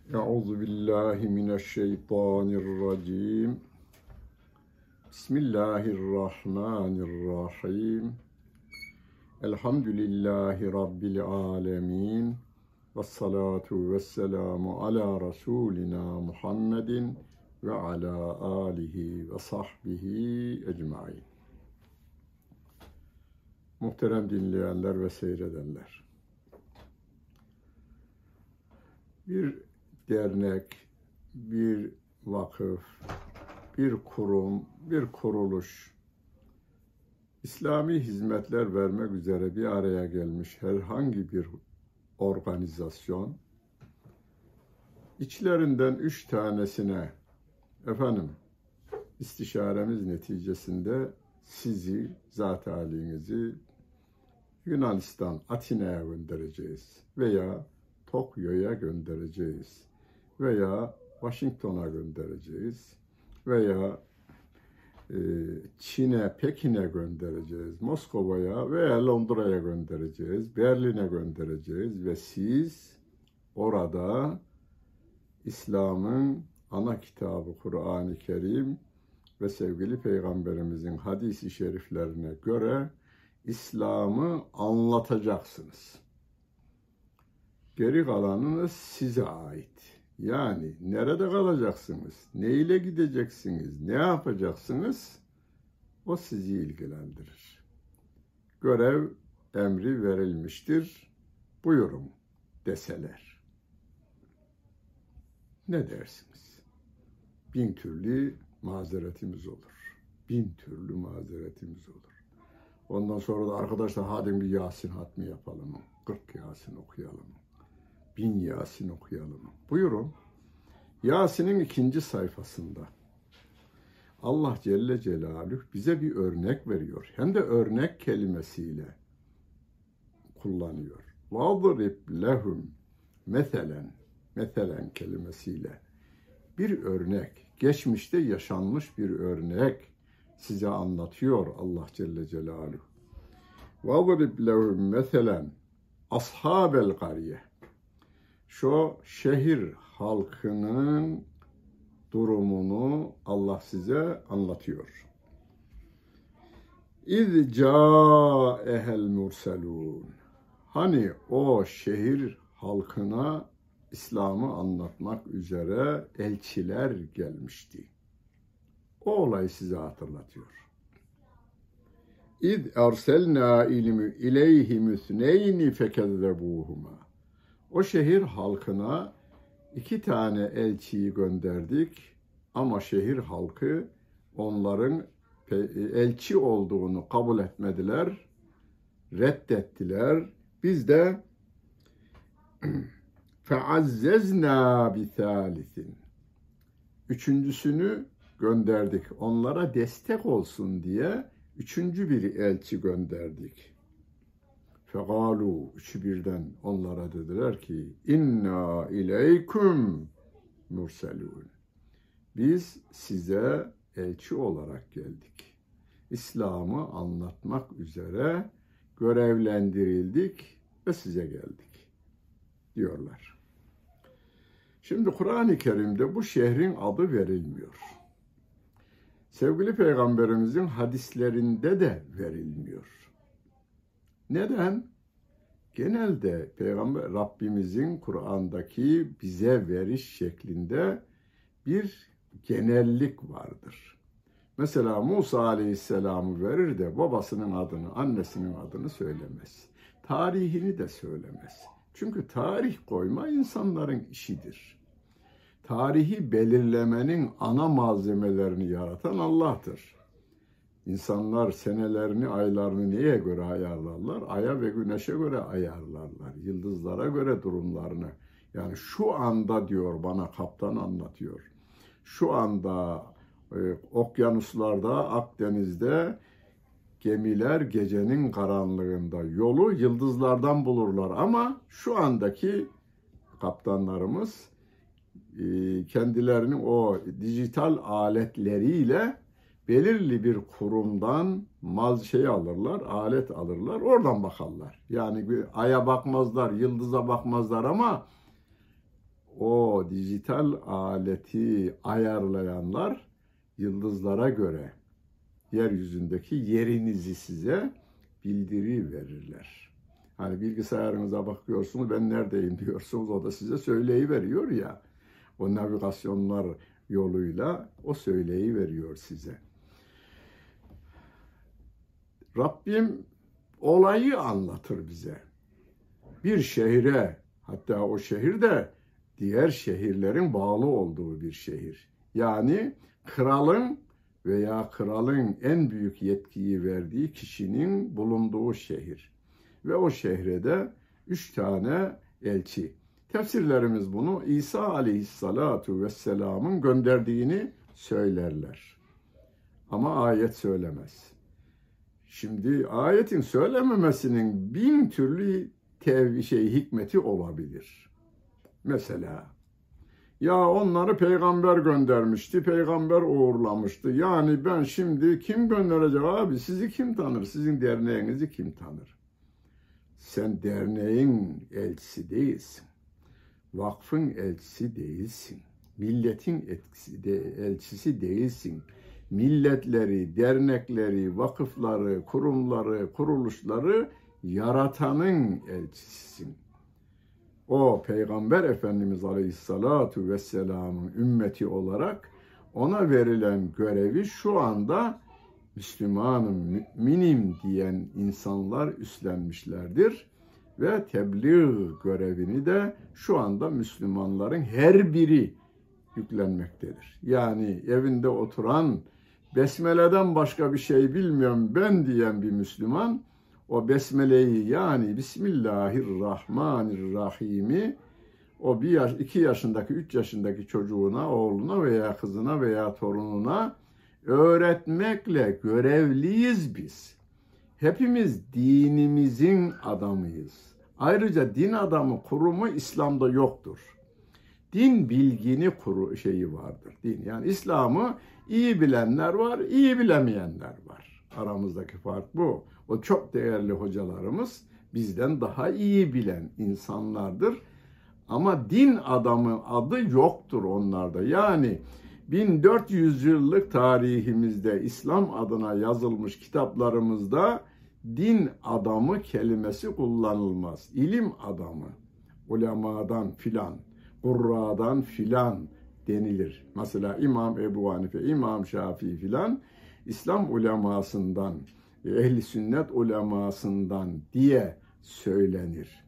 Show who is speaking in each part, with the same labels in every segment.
Speaker 1: Euzu billahi mineşşeytanirracim. Bismillahirrahmanirrahim. Elhamdülillahi Rabbil alemin. Vessalatu vesselamu ala Resulina Muhammedin ve ala alihi ve sahbihi ecmain. Muhterem dinleyenler ve seyredenler. Bir dernek, bir vakıf, bir kurum, bir kuruluş, İslami hizmetler vermek üzere bir araya gelmiş herhangi bir organizasyon, içlerinden 3 tanesine, istişaremiz neticesinde sizi, zat halinizi Yunanistan, Atina'ya göndereceğiz veya Tokyo'ya göndereceğiz veya Washington'a göndereceğiz veya Çin'e, Pekin'e göndereceğiz, Moskova'ya veya Londra'ya göndereceğiz, Berlin'e göndereceğiz ve siz orada İslam'ın ana kitabı Kur'an-ı Kerim ve sevgili Peygamberimizin hadis-i şeriflerine göre İslam'ı anlatacaksınız. Geri kalanınız size ait. Yani nerede kalacaksınız, ne ile gideceksiniz, ne yapacaksınız, o sizi ilgilendirir. Görev emri verilmiştir, buyurun deseler. Ne dersiniz? 1000 türlü mazeretimiz olur. 1000 türlü mazeretimiz olur. Ondan sonra da arkadaşlar hadi bir Yasin hatmi yapalım. 40 Yasin okuyalım. 1000 Yasin okuyalım. Buyurun. Yasin'in 2. sayfasında Allah Celle Celaluhu bize bir örnek veriyor. Hem de örnek kelimesiyle kullanıyor. وَاضْرِبْ لَهُمْ Meselen kelimesiyle bir örnek, geçmişte yaşanmış bir örnek size anlatıyor Allah Celle Celaluhu. وَاضْرِبْ لَهُمْ meselen ashabel kariye. Şu şehir halkının durumunu Allah size anlatıyor. İz câehel murselûn. Hani o şehir halkına İslam'ı anlatmak üzere elçiler gelmişti. O olayı size hatırlatıyor. İz erselnâ ileyhim üsneyni fekezzebûhuma. O şehir halkına 2 tane elçiyi gönderdik ama şehir halkı onların elçi olduğunu kabul etmediler, reddettiler. Biz de feazzezna bithalisin. 3.'sünü gönderdik. Onlara destek olsun diye 3. bir elçi gönderdik. Fekalu, 3'ü birden onlara dediler ki inna ileyküm murselun. Biz size elçi olarak geldik. İslam'ı anlatmak üzere görevlendirildik ve size geldik diyorlar. Şimdi Kur'an-ı Kerim'de bu şehrin adı verilmiyor. Sevgili Peygamberimizin hadislerinde de verilmiyor. Neden? Genelde Peygamber Rabbimizin Kur'an'daki bize veriş şeklinde bir genellik vardır. Mesela Musa Aleyhisselam'ı verir de babasının adını, annesinin adını söylemez. Tarihini de söylemez. Çünkü tarih koyma insanların işidir. Tarihi belirlemenin ana malzemelerini yaratan Allah'tır. İnsanlar senelerini, aylarını neye göre ayarlarlar? Aya ve güneşe göre ayarlarlar. Yıldızlara göre durumlarını. Yani şu anda diyor bana kaptan anlatıyor. Şu anda okyanuslarda, Akdeniz'de gemiler gecenin karanlığında yolu yıldızlardan bulurlar. Ama şu andaki kaptanlarımız kendilerinin o dijital aletleriyle belirli bir kurumdan alırlar, alet alırlar, oradan bakarlar. Yani aya bakmazlar, yıldıza bakmazlar ama o dijital aleti ayarlayanlar yıldızlara göre yeryüzündeki yerinizi size bildiri verirler. Hani bilgisayarınıza bakıyorsunuz, ben neredeyim diyorsunuz, o da size söyleyiveriyor ya. O navigasyonlar yoluyla o söyleyiveriyor size. Rabbim olayı anlatır bize. Bir şehre, hatta o şehir de diğer şehirlerin bağlı olduğu bir şehir. Yani kralın veya kralın en büyük yetkiyi verdiği kişinin bulunduğu şehir. Ve o şehre de 3 tane elçi. Tefsirlerimiz bunu İsa aleyhissalatu vesselamın gönderdiğini söylerler. Ama ayet söylemez. Şimdi ayetin söylememesinin 1000 türlü hikmeti olabilir. Mesela ya onları peygamber göndermişti, peygamber uğurlamıştı. Yani ben şimdi kim gönderecek abi? Sizi kim tanır? Sizin derneğinizi kim tanır? Sen derneğin elçisi değilsin. Vakfın elçisi değilsin. Milletin elçisi değilsin. Milletleri, dernekleri, vakıfları, kurumları, kuruluşları yaratanın elçisisin. O Peygamber Efendimiz Aleyhissalatu Vesselam'ın ümmeti olarak ona verilen görevi şu anda Müslümanım, müminim diyen insanlar üstlenmişlerdir. Ve tebliğ görevini de şu anda Müslümanların her biri yüklenmektedir. Yani evinde oturan, Besmele'den başka bir şey bilmiyorum ben diyen bir Müslüman, o Besmele'yi yani Bismillahirrahmanirrahim'i o 2 yaşındaki, 3 yaşındaki çocuğuna, oğluna veya kızına veya torununa öğretmekle görevliyiz biz. Hepimiz dinimizin adamıyız. Ayrıca din adamı kurumu İslam'da yoktur. Din bilgini şeyi vardır. Din yani İslam'ı iyi bilenler var, iyi bilemeyenler var. Aramızdaki fark bu. O çok değerli hocalarımız bizden daha iyi bilen insanlardır. Ama din adamı adı yoktur onlarda. Yani 1400 yıllık tarihimizde İslam adına yazılmış kitaplarımızda din adamı kelimesi kullanılmaz. İlim adamı, ulemadan filan, kurradan filan denilir. Mesela İmam Ebu Hanife, İmam Şafii filan İslam ulemasından, ehli sünnet ulemasından diye söylenir.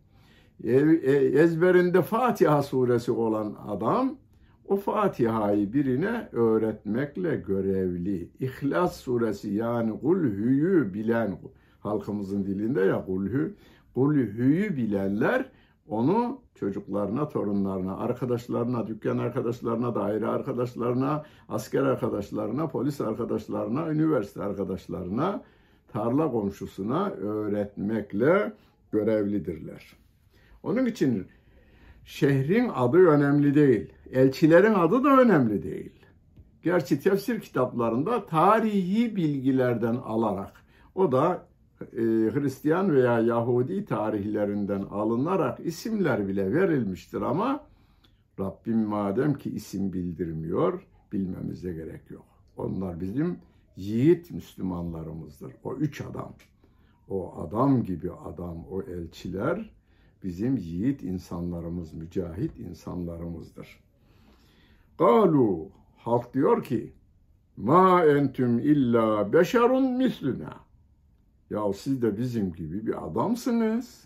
Speaker 1: Ezberinde Fatiha suresi olan adam o Fatiha'yı birine öğretmekle görevli. İhlas suresi yani Kulhü'yü bilen, halkımızın dilinde ya Kulhü'yü bilenler onu çocuklarına, torunlarına, arkadaşlarına, dükkan arkadaşlarına, daire arkadaşlarına, asker arkadaşlarına, polis arkadaşlarına, üniversite arkadaşlarına, tarla komşusuna öğretmekle görevlidirler. Onun için şehrin adı önemli değil. Elçilerin adı da önemli değil. Gerçi tefsir kitaplarında tarihi bilgilerden alarak, o da Hristiyan veya Yahudi tarihlerinden alınarak isimler bile verilmiştir ama Rabbim madem ki isim bildirmiyor, bilmemize gerek yok. Onlar bizim yiğit Müslümanlarımızdır. O 3 adam, o adam gibi adam, o elçiler bizim yiğit insanlarımız, mücahit insanlarımızdır. Galu, halk diyor ki, ma entüm illa beşerun misluna. Ya siz de bizim gibi bir adamsınız.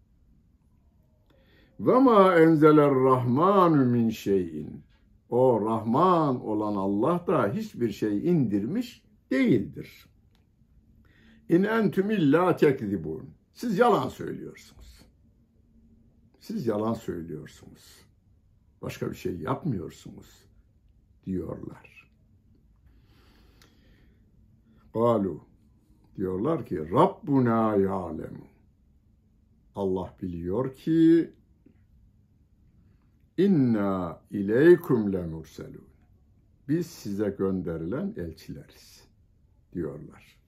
Speaker 1: Ve ma enzeler rahmanu min şeyin. O Rahman olan Allah da hiçbir şey indirmiş değildir. İn entüm illa tekzibun. Siz yalan söylüyorsunuz. Siz yalan söylüyorsunuz. Başka bir şey yapmıyorsunuz diyorlar. Galu, diyorlar ki Rabbuna ya'lemu. Allah biliyor ki inna ileykum lemurselun. Biz size gönderilen elçileriz diyorlar.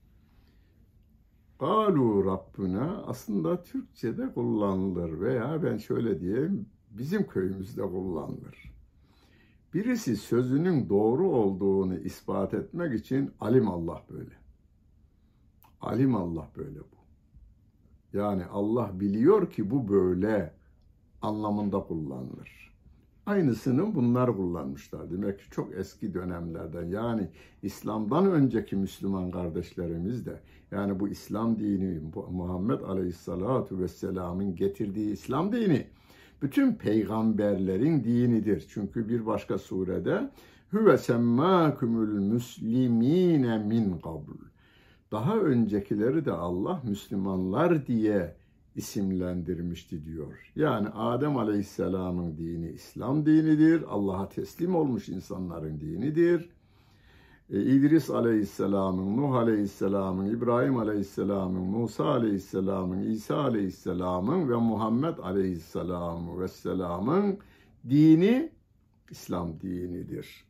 Speaker 1: Galu Rabbuna aslında Türkçe'de kullanılır veya ben şöyle diyeyim, bizim köyümüzde kullanılır. Birisi sözünün doğru olduğunu ispat etmek için alimallah böyle. Alimallah böyle bu. Yani Allah biliyor ki bu böyle anlamında kullanılır. Aynısını bunlar kullanmışlar. Demek ki çok eski dönemlerden, yani İslam'dan önceki Müslüman kardeşlerimiz de, yani bu İslam dini, Muhammed Aleyhisselatu Vesselam'ın getirdiği İslam dini, bütün peygamberlerin dinidir. Çünkü bir başka surede Huve semmâkumul müslimîne min kabl. Daha öncekileri de Allah Müslümanlar diye isimlendirmişti diyor. Yani Adem Aleyhisselam'ın dini İslam dinidir. Allah'a teslim olmuş insanların dinidir. İdris Aleyhisselam'ın, Nuh Aleyhisselam'ın, İbrahim Aleyhisselam'ın, Musa Aleyhisselam'ın, İsa Aleyhisselam'ın ve Muhammed Aleyhisselam'ın dini İslam dinidir.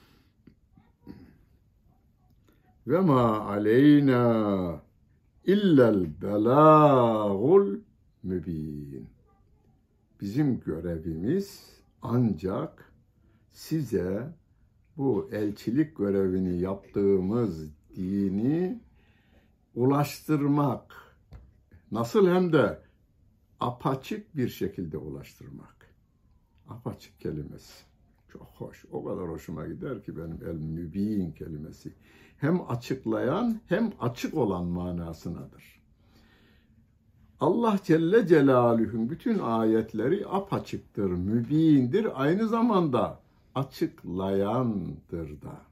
Speaker 1: Ve ma aleyna illel belâgul mübin. Bizim görevimiz ancak size bu elçilik görevini yaptığımız dini ulaştırmak. Nasıl? Hem de apaçık bir şekilde ulaştırmak. Apaçık kelimesi çok hoş. O kadar hoşuma gider ki benim el-mübin kelimesi. Hem açıklayan hem açık olan manasınadır. Allah Celle Celaluhu'nun bütün ayetleri apaçıktır, mübindir. Aynı zamanda açıklayandır da.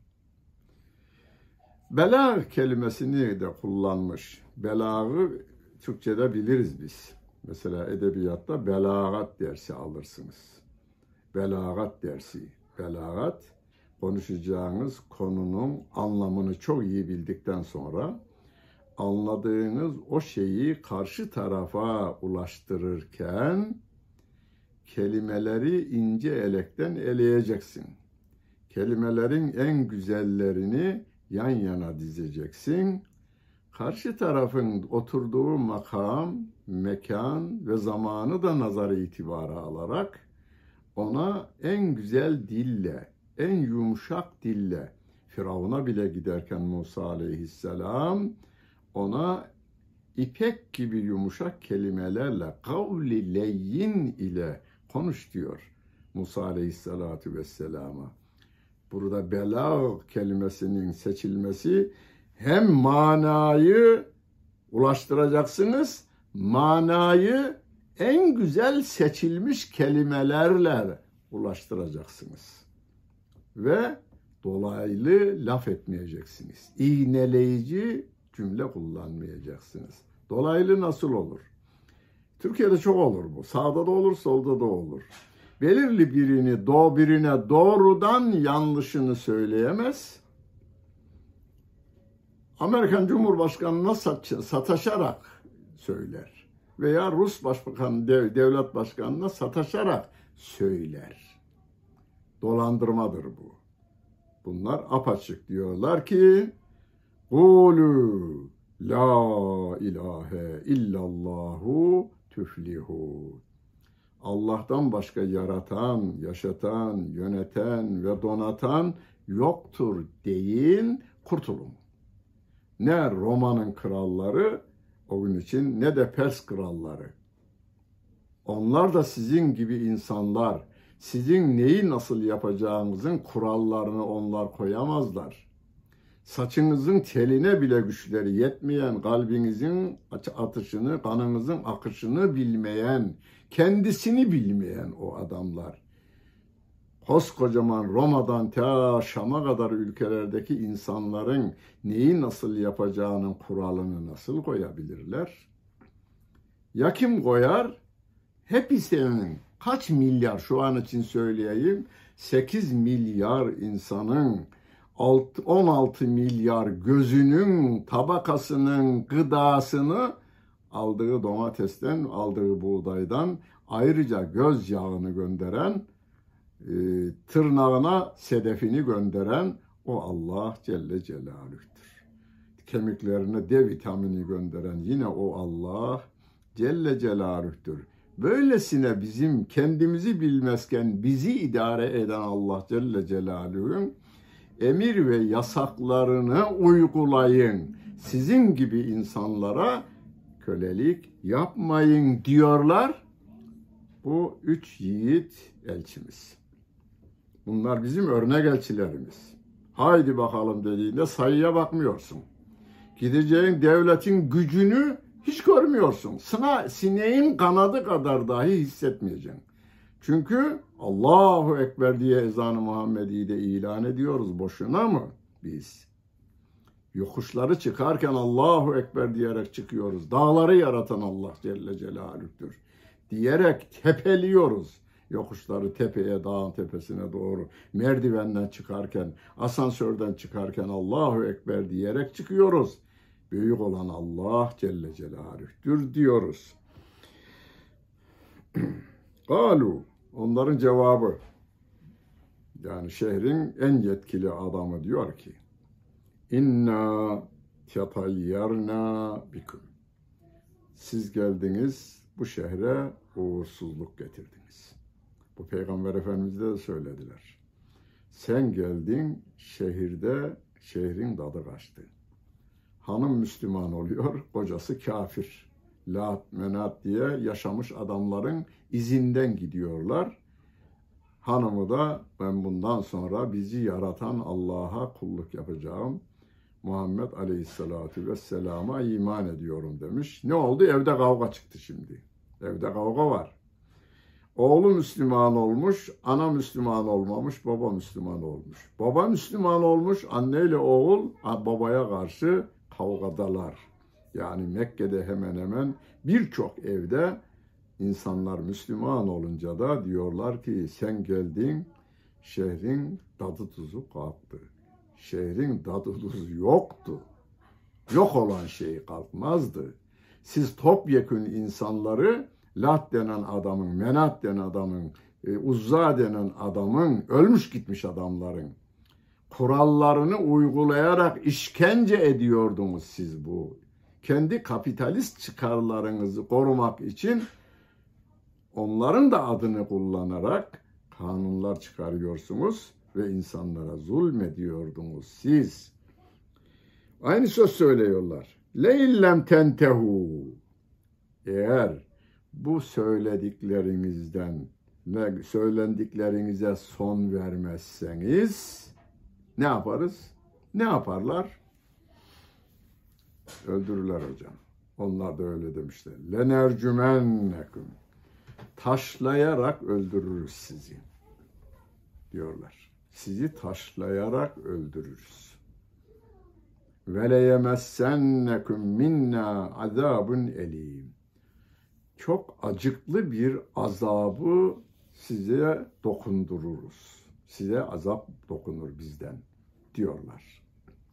Speaker 1: Belag kelimesini de kullanmış. Belagı Türkçe'de biliriz biz. Mesela edebiyatta belagat dersi alırsınız. Belagat dersi. Belagat, konuşacağınız konunun anlamını çok iyi bildikten sonra anladığınız o şeyi karşı tarafa ulaştırırken kelimeleri ince elekten eleyeceksin. Kelimelerin en güzellerini yan yana dizeceksin. Karşı tarafın oturduğu makam, mekan ve zamanı da nazara itibara alarak ona en güzel dille, en yumuşak dille, Firavun'a bile giderken Musa Aleyhisselam ona ipek gibi yumuşak kelimelerle, kavli leyyin ile konuş diyor Musa Aleyhisselatü Vesselam'a. Burada belag kelimesinin seçilmesi, hem manayı ulaştıracaksınız, manayı en güzel seçilmiş kelimelerle ulaştıracaksınız. Ve dolaylı laf etmeyeceksiniz. İğneleyici cümle kullanmayacaksınız. Dolaylı nasıl olur? Türkiye'de çok olur bu. Sağda da olur, solda da olur. Belirli birine doğrudan yanlışını söyleyemez. Amerikan Cumhurbaşkanı'na sataşarak söyler. Veya Rus Başbakanı, devlet başkanına sataşarak söyler. Dolandırmadır bu. Bunlar apaçık diyorlar ki Kulu la ilahe illallahu tüflihu. Allah'tan başka yaratan, yaşatan, yöneten ve donatan yoktur deyin, kurtulun. Ne Roma'nın kralları o gün için ne de Pers kralları. Onlar da sizin gibi insanlar. Sizin neyi nasıl yapacağınızın kurallarını onlar koyamazlar. Saçınızın teline bile güçleri yetmeyen, kalbinizin atışını, kanınızın akışını bilmeyen, kendisini bilmeyen o adamlar. Koskocaman Roma'dan ta Şam'a kadar ülkelerdeki insanların neyi nasıl yapacağının kuralını nasıl koyabilirler? Ya kim koyar? Hepsinin kaç milyar, şu an için söyleyeyim, 8 milyar insanın 16 milyar gözünün tabakasının gıdasını aldığı domatesten, aldığı buğdaydan, ayrıca göz yağını gönderen, tırnağına sedefini gönderen o Allah Celle Celaluh'tür. Kemiklerine D vitamini gönderen yine o Allah Celle Celaluh'tür. Böylesine bizim kendimizi bilmezken bizi idare eden Allah Celle Celaluhu'nun emir ve yasaklarını uygulayın. Sizin gibi insanlara kölelik yapmayın diyorlar. Bu 3 yiğit elçimiz. Bunlar bizim örnek elçilerimiz. Haydi bakalım dediğinde sayıya bakmıyorsun. Gideceğin devletin gücünü hiç görmüyorsun. Sineğin kanadı kadar dahi hissetmeyeceksin. Çünkü Allahu Ekber diye ezan-ı Muhammedi'yi de ilan ediyoruz. Boşuna mı biz? Yokuşları çıkarken Allahu Ekber diyerek çıkıyoruz. Dağları yaratan Allah Celle Celaluh'tür diyerek tepeliyoruz. Yokuşları tepeye, dağın tepesine doğru merdivenden çıkarken, asansörden çıkarken Allahu Ekber diyerek çıkıyoruz. Büyük olan Allah Celle Celaluh'tür diyoruz. Galu, onların cevabı, yani şehrin en yetkili adamı diyor ki, İnna tetayyarna bikum. Siz geldiniz, bu şehre uğursuzluk getirdiniz. Bu Peygamber Efendimiz'e de söylediler. Sen geldin, şehrin tadı kaçtı. Hanım Müslüman oluyor, kocası kafir. Lat, Menat diye yaşamış adamların izinden gidiyorlar. Hanımı da ben bundan sonra bizi yaratan Allah'a kulluk yapacağım. Muhammed Aleyhisselatü Vesselam'a iman ediyorum demiş. Ne oldu? Evde kavga çıktı şimdi. Evde kavga var. Oğlu Müslüman olmuş, ana Müslüman olmamış, baba Müslüman olmuş. Baba Müslüman olmuş, anneyle oğul babaya karşı kavgadalar. Yani Mekke'de hemen hemen birçok evde insanlar Müslüman olunca da diyorlar ki sen geldin, şehrin tadı tuzu kalktı. Şehrin tadı tuzu yoktu. Yok olan şey kalkmazdı. Siz topyekün insanları Lat denen adamın, Menat denen adamın, Uzza denen adamın, ölmüş gitmiş adamların kurallarını uygulayarak işkence ediyordunuz siz bu. Kendi kapitalist çıkarlarınızı korumak için onların da adını kullanarak kanunlar çıkarıyorsunuz ve insanlara zulmediyordunuz siz. Aynı söz söylüyorlar. Leillem tentehu. Eğer bu söylendiklerinize son vermezseniz ne yaparız? Ne yaparlar? Öldürürler hocam. Onlar da öyle demişler. Lenercümennekum. Taşlayarak öldürürüz sizi diyorlar. Sizi taşlayarak öldürürüz. Ve leyemessennekum minna azabun elim. Çok acıklı bir azabı size dokundururuz. Size azap dokunur bizden diyorlar.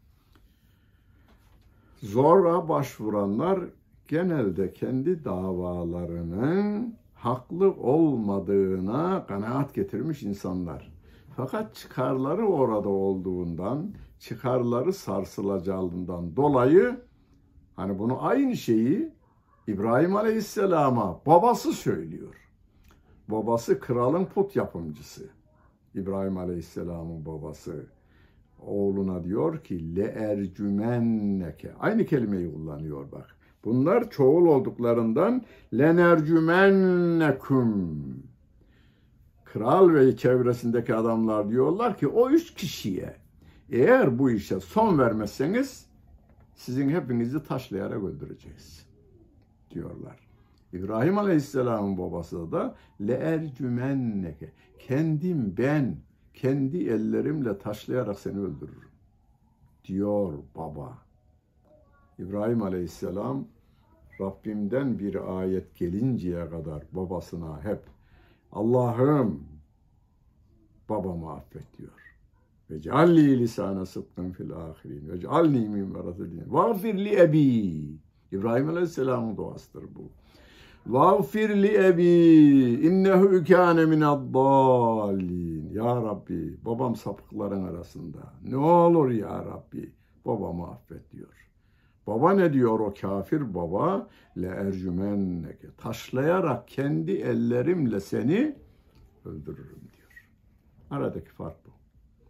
Speaker 1: Zora başvuranlar genelde kendi davalarının haklı olmadığına kanaat getirmiş insanlar. Fakat çıkarları orada olduğundan, çıkarları sarsılacağından dolayı hani bunu aynı şeyi İbrahim Aleyhisselam'a babası söylüyor. Babası kralın put yapımcısı. İbrahim Aleyhisselam'ın babası oğluna diyor ki leercümenneke. Aynı kelimeyi kullanıyor bak. Bunlar çoğul olduklarından lenercümennekum. Kral ve çevresindeki adamlar diyorlar ki o 3 kişiye eğer bu işe son vermezseniz sizin hepinizi taşlayarak öldüreceğiz diyorlar. İbrahim Aleyhisselam'ın babası da leercümenneke. Ben kendi ellerimle taşlayarak seni öldürürüm diyor baba. İbrahim Aleyhisselam Rabbimden bir ayet gelinceye kadar babasına hep Allah'ım babamı affet diyor. Ve cealli lisane sıdkın fil ahirin. Ve cealni min verasedin. Vağfir li ebi. İbrahim Aleyhisselam'ın duasıdır bu. Vağfir li ebi. İnnehu kâne mineddâlin. Ya Rabbi, babam sapıkların arasında. Ne olur ya Rabbi, babamı affet diyor. Baba ne diyor o kafir baba? Le ercümenneke. Taşlayarak kendi ellerimle seni öldürürüm diyor. Aradaki fark bu.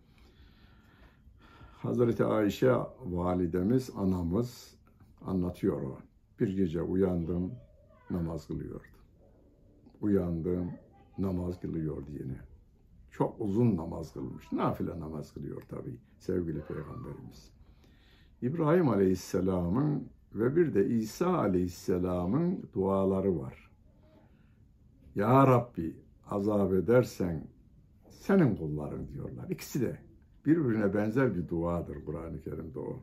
Speaker 1: Hazreti Ayşe validemiz, anamız anlatıyor o. Bir gece uyandım, namaz kılıyordu. Uyandım, namaz kılıyordu yine. Çok uzun namaz kılmış. Nafile namaz kılıyor tabii sevgili Peygamberimiz. İbrahim Aleyhisselam'ın ve bir de İsa Aleyhisselam'ın duaları var. Ya Rabbi azap edersen senin kulların diyorlar. İkisi de birbirine benzer bir duadır Kur'an-ı Kerim'de o.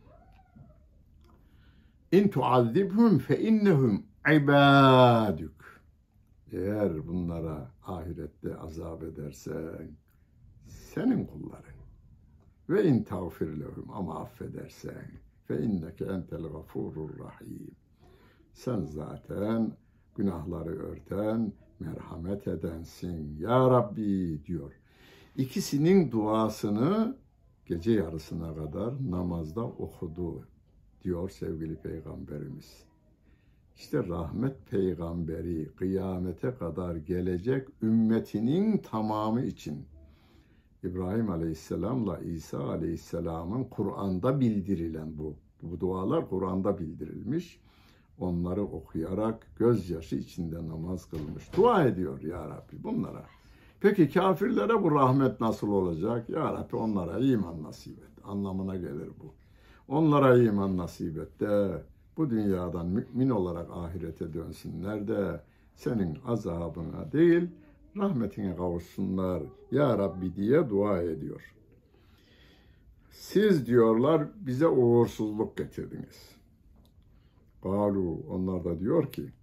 Speaker 1: İn tuazibhum fe innehum ibaduk. Eğer bunlara ahirette azap edersen senin kulların. Ve in tağfir lehum, ama affedersen fe inneke entel gafurur rahim. Sen zaten günahları örten, merhamet edensin ya Rabbi diyor. İkisinin duasını gece yarısına kadar namazda okudu diyor sevgili Peygamberimiz. İşte rahmet peygamberi kıyamete kadar gelecek ümmetinin tamamı için İbrahim Aleyhisselam'la İsa Aleyhisselam'ın Kur'an'da bildirilen bu dualar Kur'an'da bildirilmiş. Onları okuyarak gözyaşı içinde namaz kılmış. Dua ediyor ya Rabbi bunlara. Peki kafirlere bu rahmet nasıl olacak? Ya Rabbi onlara iman nasip et. Anlamına gelir bu. Onlara iman nasip et de bu dünyadan mümin olarak ahirete dönsünler de senin azabına değil rahmetine kavuşsunlar ya Rabbi diye dua ediyor. Siz diyorlar bize uğursuzluk getirdiniz. Galu, onlar da diyor ki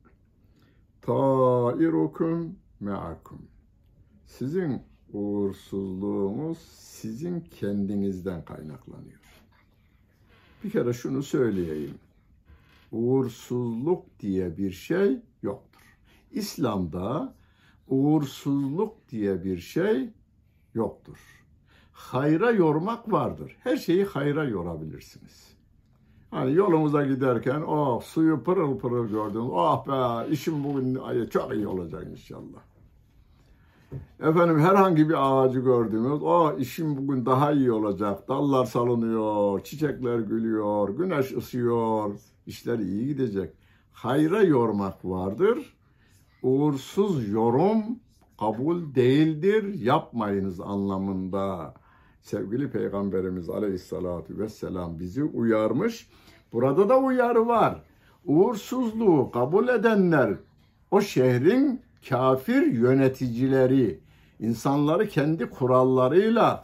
Speaker 1: tairukum me'akum. Sizin uğursuzluğunuz sizin kendinizden kaynaklanıyor. Bir kere şunu söyleyeyim. Uğursuzluk diye bir şey yoktur. İslam'da uğursuzluk diye bir şey yoktur. Hayra yormak vardır. Her şeyi hayra yorabilirsiniz. Hani yolumuza giderken suyu pırıl pırıl gördünüz. Be işim bugün çok iyi olacak inşallah. Efendim herhangi bir ağacı gördünüz. İşim bugün daha iyi olacak. Dallar salınıyor, çiçekler gülüyor, güneş ısıyor. İşler iyi gidecek. Hayra yormak vardır. Uğursuz yorum kabul değildir. Yapmayınız anlamında. Sevgili Peygamberimiz Aleyhisselatü Vesselam bizi uyarmış. Burada da uyarı var. Uğursuzluğu kabul edenler o şehrin kafir yöneticileri, insanları kendi kurallarıyla,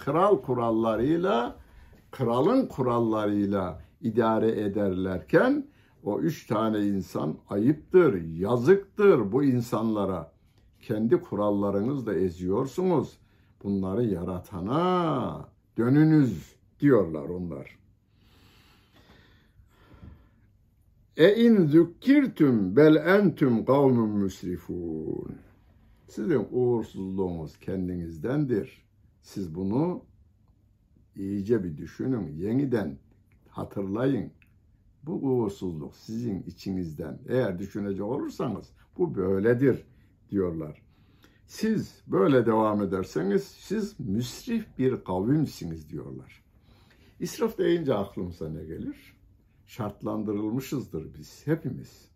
Speaker 1: kralın kurallarıyla idare ederlerken o 3 tane insan ayıptır, yazıktır bu insanlara. Kendi kurallarınızla eziyorsunuz. Bunları yaratana dönünüz diyorlar onlar. In zükkirtüm bel entüm kavmun müsrifun. Sizin uğursuzluğunuz kendinizdendir. Siz bunu iyice bir düşünün, yeniden hatırlayın. Bu uğursuzluk sizin içinizden. Eğer düşünecek olursanız bu böyledir diyorlar. Siz böyle devam ederseniz siz müsrif bir kavimsiniz diyorlar. İsraf deyince aklımıza ne gelir? Şartlandırılmışızdır biz hepimiz.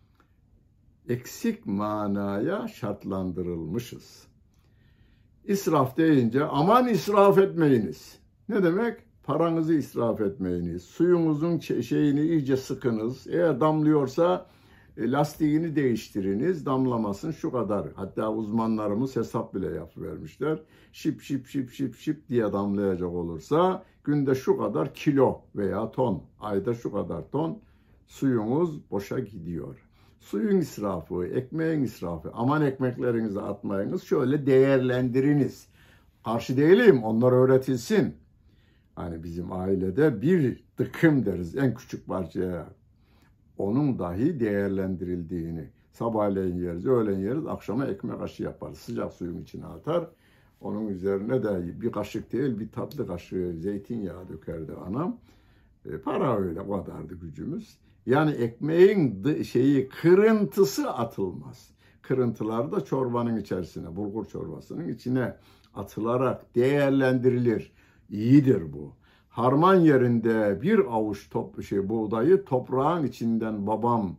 Speaker 1: Eksik manaya şartlandırılmışız. İsraf deyince aman israf etmeyiniz. Ne demek? Paranızı israf etmeyiniz. Suyunuzun şeyini iyice sıkınız. Eğer damlıyorsa lastiğini değiştiriniz. Damlamasın şu kadar. Hatta uzmanlarımız hesap bile yapıvermişler. Şip diye damlayacak olursa günde şu kadar kilo veya ton, ayda şu kadar ton suyunuz boşa gidiyor. Suyun israfı, ekmeğin israfı, aman ekmeklerinizi atmayınız, şöyle değerlendiriniz. Karşı değilim, onlar öğretilsin. Hani bizim ailede bir dıkım deriz en küçük parçaya. Onun dahi değerlendirildiğini. Sabahleyin yeriz, öğlen yeriz, akşama ekmek aşı yaparız. Sıcak suyun içine atar. Onun üzerine de bir kaşık değil, bir tatlı kaşığı zeytinyağı dökerdi anam. Para öyle, o kadardı gücümüz. Yani ekmeğin kırıntısı atılmaz. Kırıntılar da çorbanın içerisine, bulgur çorbasının içine atılarak değerlendirilir. İyidir bu. Harman yerinde bir avuç buğdayı toprağın içinden babam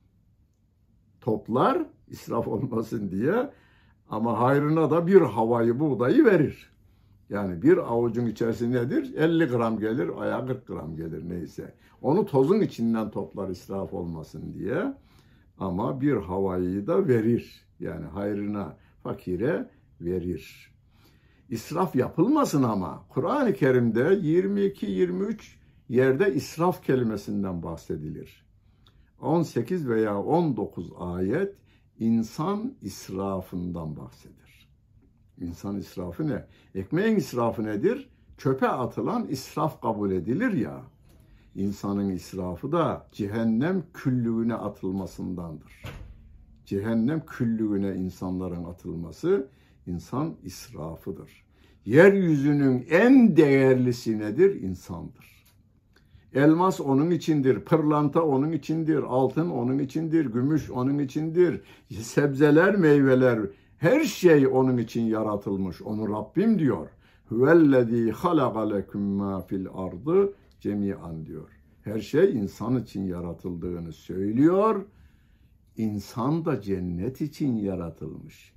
Speaker 1: toplar, israf olmasın diye, ama hayrına da bir havayı buğdayı verir. Yani bir avucun içerisinde nedir? 50 gram gelir, aya 40 gram gelir neyse. Onu tozun içinden toplar israf olmasın diye. Ama bir havayı da verir. Yani hayrına, fakire verir. İsraf yapılmasın ama. Kur'an-ı Kerim'de 22-23 yerde israf kelimesinden bahsedilir. 18 veya 19 ayet insan israfından bahseder. İnsan israfı ne? Ekmeğin israfı nedir? Çöpe atılan israf kabul edilir ya. İnsanın israfı da cehennem küllüğüne atılmasındandır. Cehennem küllüğüne insanların atılması insan israfıdır. Yeryüzünün en değerlisi nedir? İnsandır. Elmas onun içindir, pırlanta onun içindir, altın onun içindir, gümüş onun içindir, sebzeler, meyveler, her şey onun için yaratılmış. Onu Rabbim diyor. Huvellezî halaka leküm mâ fil ardı cemiyan diyor. Her şey insan için yaratıldığını söylüyor. İnsan da cennet için yaratılmış.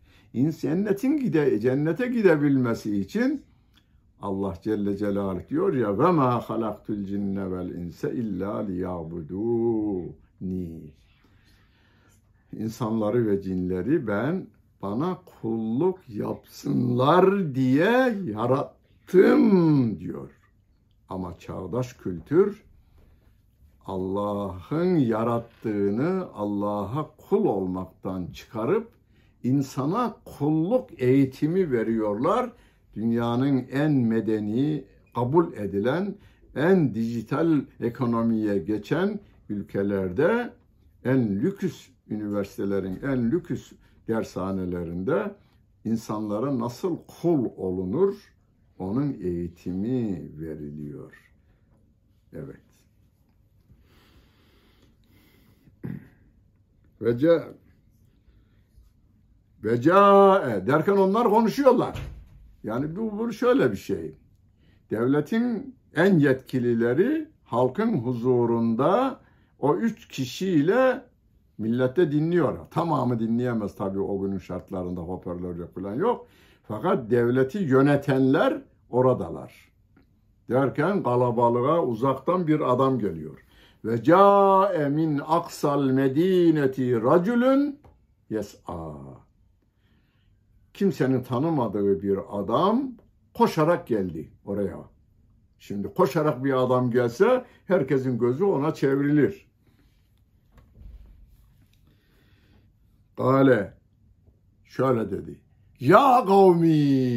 Speaker 1: Cennete gidebilmesi için Allah Celle Celaluhu diyor ya ve ma halaktul cinne vel insa illa liyabuduni. İnsanları ve cinleri bana kulluk yapsınlar diye yarattım diyor. Ama çağdaş kültür Allah'ın yarattığını Allah'a kul olmaktan çıkarıp insana kulluk eğitimi veriyorlar. Dünyanın en medeni, kabul edilen, en dijital ekonomiye geçen ülkelerde en lüks üniversitelerin en lüks dershanelerinde insanlara nasıl kul olunur, onun eğitimi veriliyor. Evet. Vecae derken onlar konuşuyorlar. Yani bu şöyle bir şey. Devletin en yetkilileri halkın huzurunda o 3 kişiyle millete dinliyor. Tamamı dinleyemez tabii, o günün şartlarında hoparlör falan yok. Fakat devleti yönetenler oradalar. Derken kalabalığa uzaktan bir adam geliyor. Ve ca'e min aksal medineti raculun yes'a. Kimsenin tanımadığı bir adam koşarak geldi oraya. Şimdi koşarak bir adam gelse herkesin gözü ona çevrilir. Kale şöyle dedi. Ya kavmi,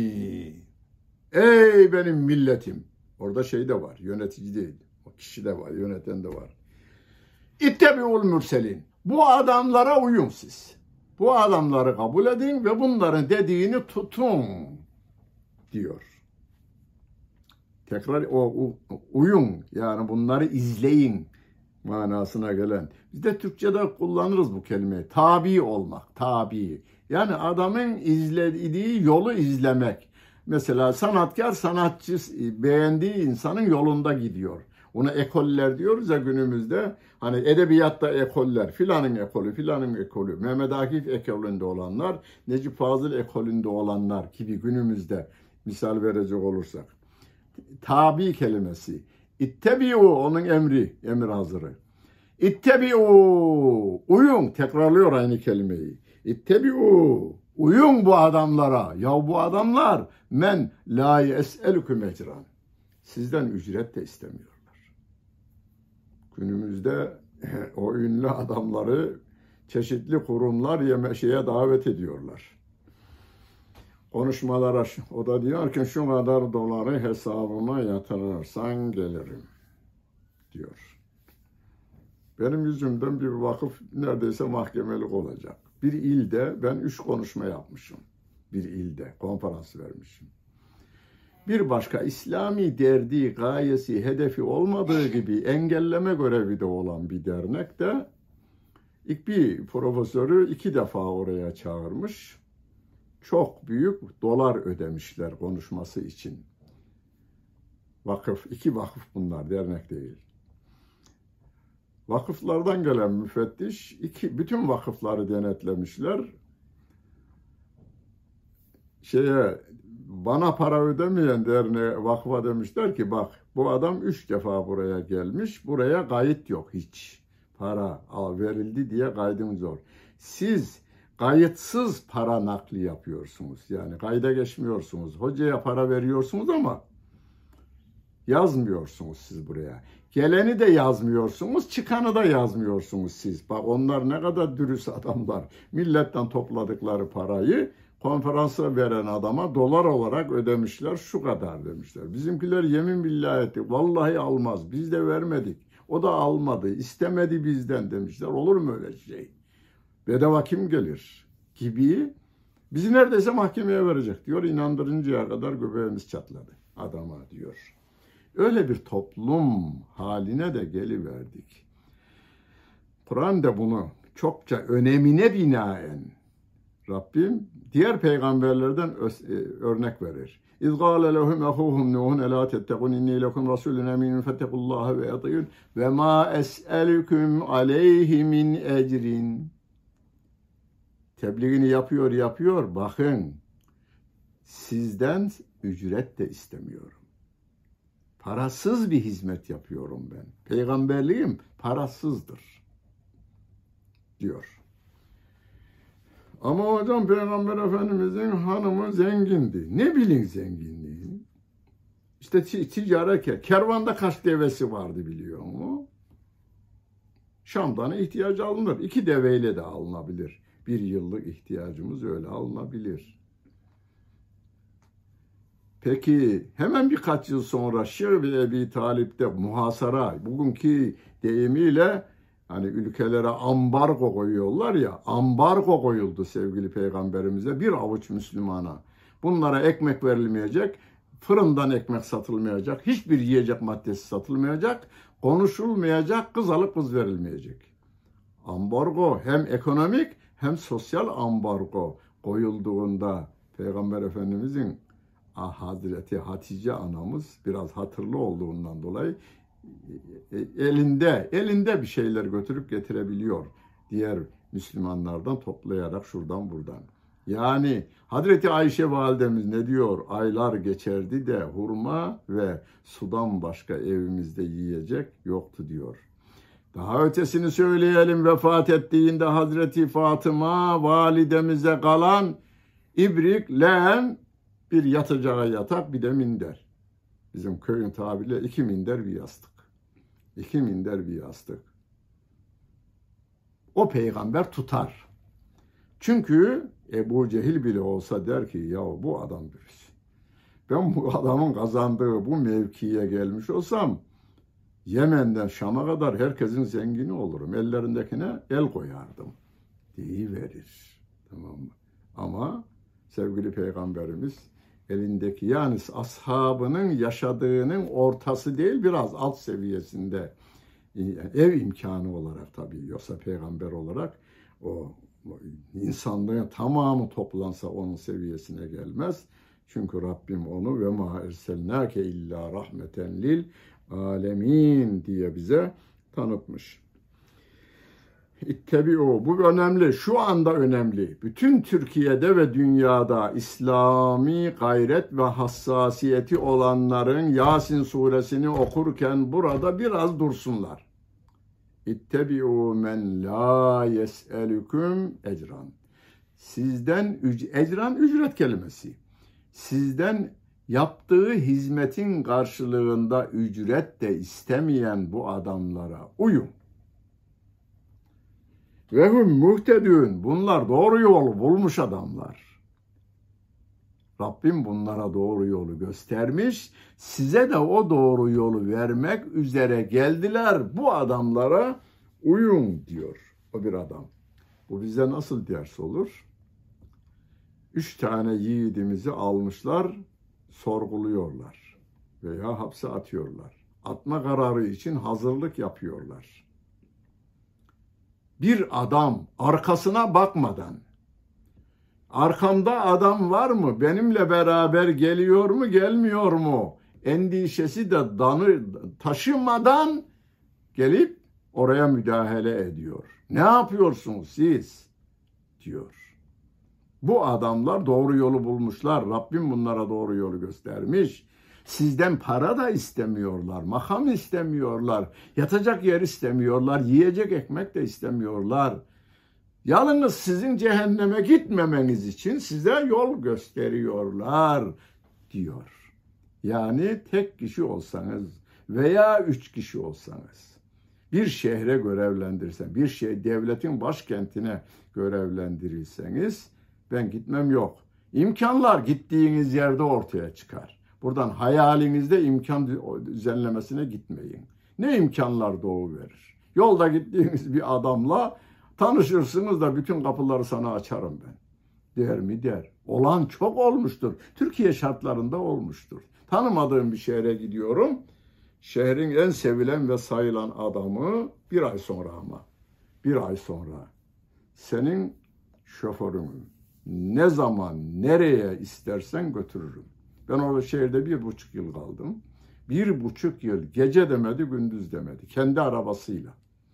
Speaker 1: ey benim milletim. Orada şey de var, yönetici değil. O kişi de var, yöneten de var. İttebi'ul mürselin. Bu adamlara uyun siz. Bu adamları kabul edin ve bunların dediğini tutun diyor. Tekrar uyun, yani bunları izleyin manasına gelen. Biz de Türkçe'de kullanırız bu kelimeyi. Tabi olmak, tabi. Yani adamın izlediği yolu izlemek. Mesela sanatkar sanatçı beğendiği insanın yolunda gidiyor. Ona ekoller diyoruz ya günümüzde. Hani edebiyatta ekoller, filanın ekolü, filanın ekolü, Mehmet Akif ekolünde olanlar, Necip Fazıl ekolünde olanlar gibi günümüzde misal verecek olursak. Tabi kelimesi. İttebi'u onun emri, emir hazırı. İttebi'u, uyun, tekrarlıyor aynı kelimeyi. İttebi'u, uyun bu adamlara. Ya bu adamlar men la yes'elüküm ecran. Sizden ücret de istemiyorlar. Günümüzde o ünlü adamları çeşitli kurumlar şeye davet ediyorlar. Konuşmalara, o da diyor ki şu kadar doları hesabıma yatırırsan gelirim diyor. Benim yüzümden bir vakıf neredeyse mahkemelik olacak. Bir ilde ben 3 konuşma yapmışım. Bir ilde konferans vermişim. bir başka İslami derdi, gayesi, hedefi olmadığı gibi engelleme görevi de olan bir dernek de ilk bir profesörü 2 defa oraya çağırmış. Çok büyük dolar ödemişler konuşması için. Vakıf, 2 vakıf bunlar, dernek değil. Vakıflardan gelen müfettiş bütün vakıfları denetlemişler. Bana para ödemeyen derneğe, vakfa demişler ki bak bu adam 3 defa buraya gelmiş. Buraya kayıt yok hiç. Para verildi diye kaydımız zor. Siz kayıtsız para nakli yapıyorsunuz. Yani kayda geçmiyorsunuz. Hocaya para veriyorsunuz ama yazmıyorsunuz siz buraya. Geleni de yazmıyorsunuz, çıkanı da yazmıyorsunuz siz. Bak onlar ne kadar dürüst adamlar. Milletten topladıkları parayı konferansa veren adama dolar olarak ödemişler, şu kadar demişler. Bizimkiler yemin billah etti, vallahi almaz, biz de vermedik. O da almadı, istemedi bizden demişler. Olur mu öyle şey? Bedava kim gelir? Gibi bizi neredeyse mahkemeye verecek diyor. İnandırıncaya kadar göbeğimiz çatladı adama diyor. Öyle bir toplum haline de geliverdik. Kur'an da bunu çokça önemine binaen Rabbim diğer peygamberlerden örnek verir. İz gâle lehum ehûhum Nuhun elâ tettekûn inni lekum rasûlun emînun fettekullâhe ve atîyûn ve mâ es'elüküm aleyhi min ecrin. Tebliğini yapıyor. Bakın sizden ücret de istemiyorum. Parasız bir hizmet yapıyorum ben. Peygamberliğim parasızdır diyor. Ama hocam Peygamber Efendimizin hanımı zengindi. Ne bilin zenginliğini? İşte ticaret, kervanda kaç devesi vardı biliyor musun? Şam'dan ihtiyacı alınır. 2 deveyle de alınabilir. 1 yıllık ihtiyacımız öyle alınabilir. Peki hemen birkaç yıl sonra Şir ve Ebi Talip'te muhasara, bugünkü deyimiyle hani ülkelere ambargo koyuyorlar ya, ambargo koyuldu sevgili peygamberimize, bir avuç Müslümana. Bunlara ekmek verilmeyecek, fırından ekmek satılmayacak, hiçbir yiyecek maddesi satılmayacak, konuşulmayacak, kız alıp kız verilmeyecek. Ambargo hem ekonomik hem sosyal ambargo koyulduğunda Peygamber Efendimizin Hazreti Hatice anamız biraz hatırlı olduğundan dolayı elinde bir şeyler götürüp getirebiliyor. Diğer Müslümanlardan toplayarak şuradan buradan. Yani Hazreti Ayşe validemiz ne diyor? Aylar geçerdi de hurma ve sudan başka evimizde yiyecek yoktu diyor. Daha ötesini söyleyelim, vefat ettiğinde Hazreti Fatıma validemize kalan ibrik, leğen, bir yatacağı yatak, bir de minder. Bizim köyün tabiriyle 2 minder bir yastık. 2 minder bir yastık. O peygamber tutar. Çünkü Ebu Cehil bile olsa der ki ya bu adam dürüst. Ben bu adamın kazandığı bu mevkiye gelmiş olsam Yemen'den Şam'a kadar herkesin zengini olurum. Ellerindekine el koyardım. Deyiverir. Tamam mı? Ama sevgili peygamberimiz elindeki, yani ashabının yaşadığının ortası değil, biraz alt seviyesinde, ev imkanı olarak tabii, yoksa peygamber olarak o insanlığın tamamı toplansa onun seviyesine gelmez. Çünkü Rabbim onu ve ma erselnake illa rahmeten lil alemin diye bize tanıtmış. İttebi'u, bu önemli, şu anda önemli. Bütün Türkiye'de ve dünyada İslami gayret ve hassasiyeti olanların Yasin suresini okurken burada biraz dursunlar. İttebi'u men la yes'elüküm ecran. Sizden ecran, ücret kelimesi. Sizden yaptığı hizmetin karşılığında ücret de istemeyen bu adamlara uyun. Ve hum muhtedün. Bunlar doğru yolu bulmuş adamlar. Rabbim bunlara doğru yolu göstermiş. Size de o doğru yolu vermek üzere geldiler. Bu adamlara uyun diyor o bir adam. Bu bize nasıl ders olur? 3 tane yiğidimizi almışlar. sorguluyorlar veya hapse atıyorlar. Atma kararı için hazırlık yapıyorlar. Bir adam arkasına bakmadan, arkamda adam var mı, benimle beraber geliyor mu, gelmiyor mu endişesi de taşımadan gelip oraya müdahale ediyor. Ne yapıyorsunuz siz? Diyor. Bu adamlar doğru yolu bulmuşlar. Rabbim bunlara doğru yolu göstermiş. Sizden para da istemiyorlar, makam istemiyorlar, yatacak yer istemiyorlar, yiyecek ekmek de istemiyorlar. Yalnız sizin cehenneme gitmemeniz için size yol gösteriyorlar diyor. Yani tek kişi olsanız veya 3 kişi olsanız, bir şehre görevlendirseniz, devletin başkentine görevlendirirseniz ben gitmem yok. İmkanlar gittiğiniz yerde ortaya çıkar. Buradan hayalinizde imkan düzenlemesine gitmeyin. Ne imkanlar doğuverir. Yolda gittiğiniz bir adamla tanışırsınız da bütün kapıları sana açarım ben. Der mi? Der. Olan çok olmuştur. Türkiye şartlarında olmuştur. Tanımadığım bir şehre gidiyorum. Şehrin en sevilen ve sayılan adamı bir ay sonra senin şoförün ne zaman nereye istersen götürürüm. Ben orada şehirde 1,5 yıl kaldım. 1,5 yıl gece demedi, gündüz demedi. Kendi arabasıyla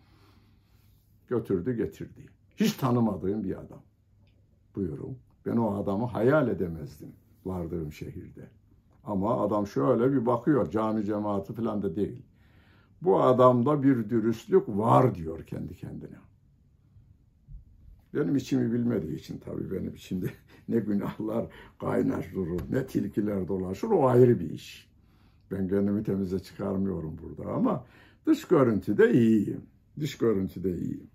Speaker 1: götürdü, getirdi. Hiç tanımadığım bir adam. Buyurun. Ben o adamı hayal edemezdim vardığım şehirde. Ama adam şöyle bir bakıyor. Cami cemaati falan da değil. Bu adamda bir dürüstlük var diyor kendi kendine. Benim içimi bilmediği için tabii benim içimde ne günahlar kaynar durur, ne tilkiler dolaşır, o ayrı bir iş. Ben kendimi temize çıkarmıyorum burada ama dış görüntüde iyiyim. Dış görüntüde iyiyim.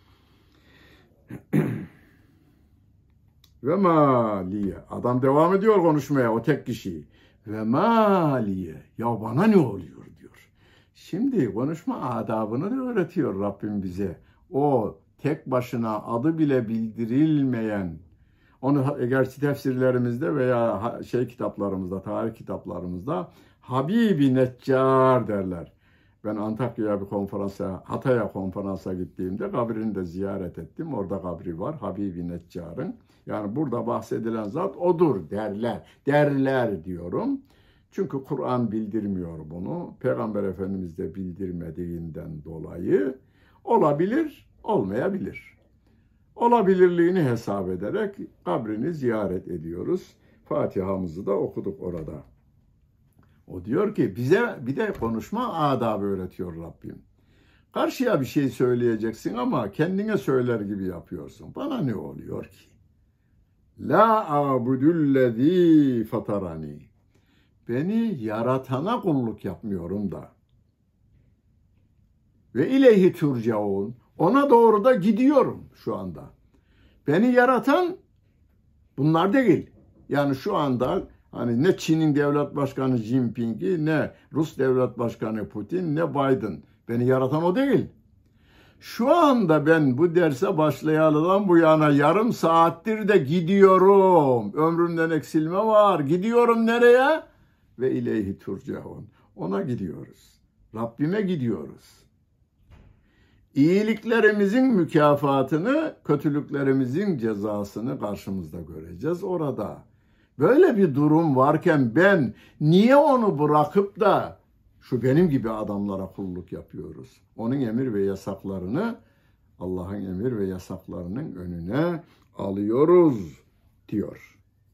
Speaker 1: Ve maliye. Adam devam ediyor konuşmaya, o tek kişi. Ve maliye. Ya bana ne oluyor diyor. Şimdi konuşma adabını da öğretiyor Rabbim bize. O tek başına adı bile bildirilmeyen, onu gerçi tefsirlerimizde veya kitaplarımızda, tarih kitaplarımızda Habibi Neccar derler. Ben Antakya'ya bir konferansa, Hatay'a konferansa gittiğimde kabrini de ziyaret ettim. Orada kabri var, Habibi Neccar'ın. Yani burada bahsedilen zat odur derler. Derler diyorum. Çünkü Kur'an bildirmiyor bunu. Peygamber Efendimiz de bildirmediğinden dolayı olabilir, olmayabilir. Olabilirliğini hesap ederek kabrini ziyaret ediyoruz. Fatiha'mızı da okuduk orada. O diyor ki bize bir de konuşma adabı öğretiyor Rabbim. Karşıya bir şey söyleyeceksin ama kendine söyler gibi yapıyorsun. Bana ne oluyor ki? La abudullezî fatarani. Beni yaratana kulluk yapmıyorum da. Ve ileyhi turcaun. Ona doğru da gidiyorum şu anda. Beni yaratan bunlar değil. Yani şu anda hani ne Çin'in devlet başkanı Xi Jinping'i, ne Rus devlet başkanı Putin, ne Biden. Beni yaratan o değil. Şu anda ben bu derse başlayalıdan bu yana yarım saattir de gidiyorum. Ömrümden eksilme var. Gidiyorum nereye? Ve ileyhi turcaun. Ona gidiyoruz. Rabbime gidiyoruz. İyiliklerimizin mükafatını, kötülüklerimizin cezasını karşımızda göreceğiz orada. Böyle bir durum varken ben niye onu bırakıp da şu benim gibi adamlara kulluk yapıyoruz? Onun emir ve yasaklarını, Allah'ın emir ve yasaklarının önüne alıyoruz diyor.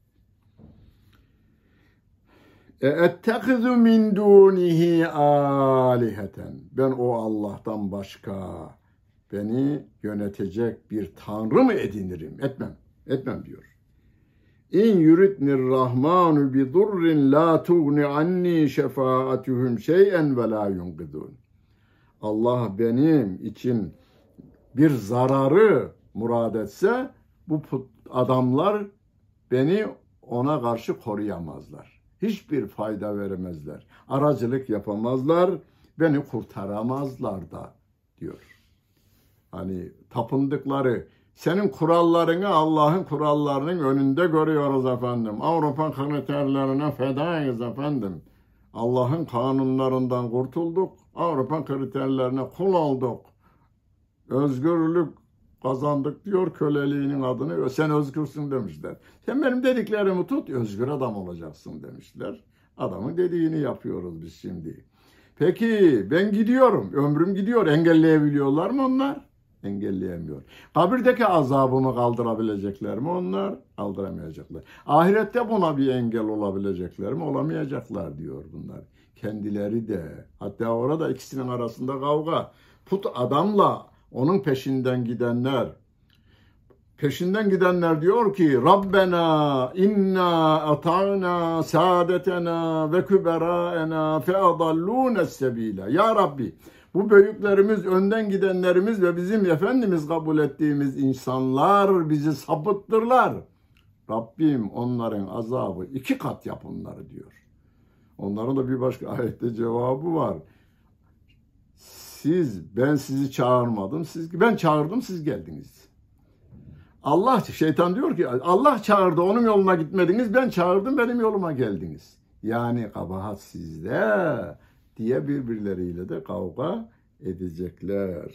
Speaker 1: اَتَّخِذُ مِنْ دُونِهِ آلِهَةً. Ben o Allah'tan başka beni yönetecek bir tanrı mı edinirim? Etmem diyor. İn yuridnir rahmanu bi durrin la tughni anni şefaatuhum şey'en ve la yunqidun. Allah benim için bir zararı murad etse bu adamlar beni ona karşı koruyamazlar. Hiçbir fayda veremezler. Aracılık yapamazlar, beni kurtaramazlar da diyor. Hani tapındıkları Senin kurallarını Allah'ın kurallarının önünde görüyoruz efendim. Avrupa kriterlerine fedayız efendim. Allah'ın kanunlarından kurtulduk. Avrupa kriterlerine kul olduk. Özgürlük kazandık diyor, köleliğinin adını. Sen özgürsün demişler. Sen benim dediklerimi tut, özgür adam olacaksın demişler. Adamın dediğini yapıyoruz biz şimdi. Peki ben gidiyorum, ömrüm gidiyor. Engelleyebiliyorlar mı onlar? Engelleyemiyor. Kabirdeki azabımı kaldırabilecekler mi onlar? Kaldıramayacaklar. Ahirette buna bir engel olabilecekler mi? Olamayacaklar diyor bunlar. Kendileri de. Hatta orada ikisinin arasında kavga. Put adamla onun peşinden gidenler. Peşinden gidenler diyor ki Rabbena inna ata'na saadetena ve küberaena fe adallûnes sebîle. Ya Rabbi, bu büyüklerimiz, önden gidenlerimiz ve bizim Efendimiz kabul ettiğimiz insanlar bizi sapıttırlar. Rabbim onların azabı 2 kat yap onları diyor. Onların da bir başka ayette cevabı var. Ben sizi çağırmadım, ben çağırdım, siz geldiniz. Şeytan diyor ki Allah çağırdı, onun yoluna gitmediniz, ben çağırdım, benim yoluma geldiniz. Yani kabahat sizde diye birbirleriyle de kavga edecekler.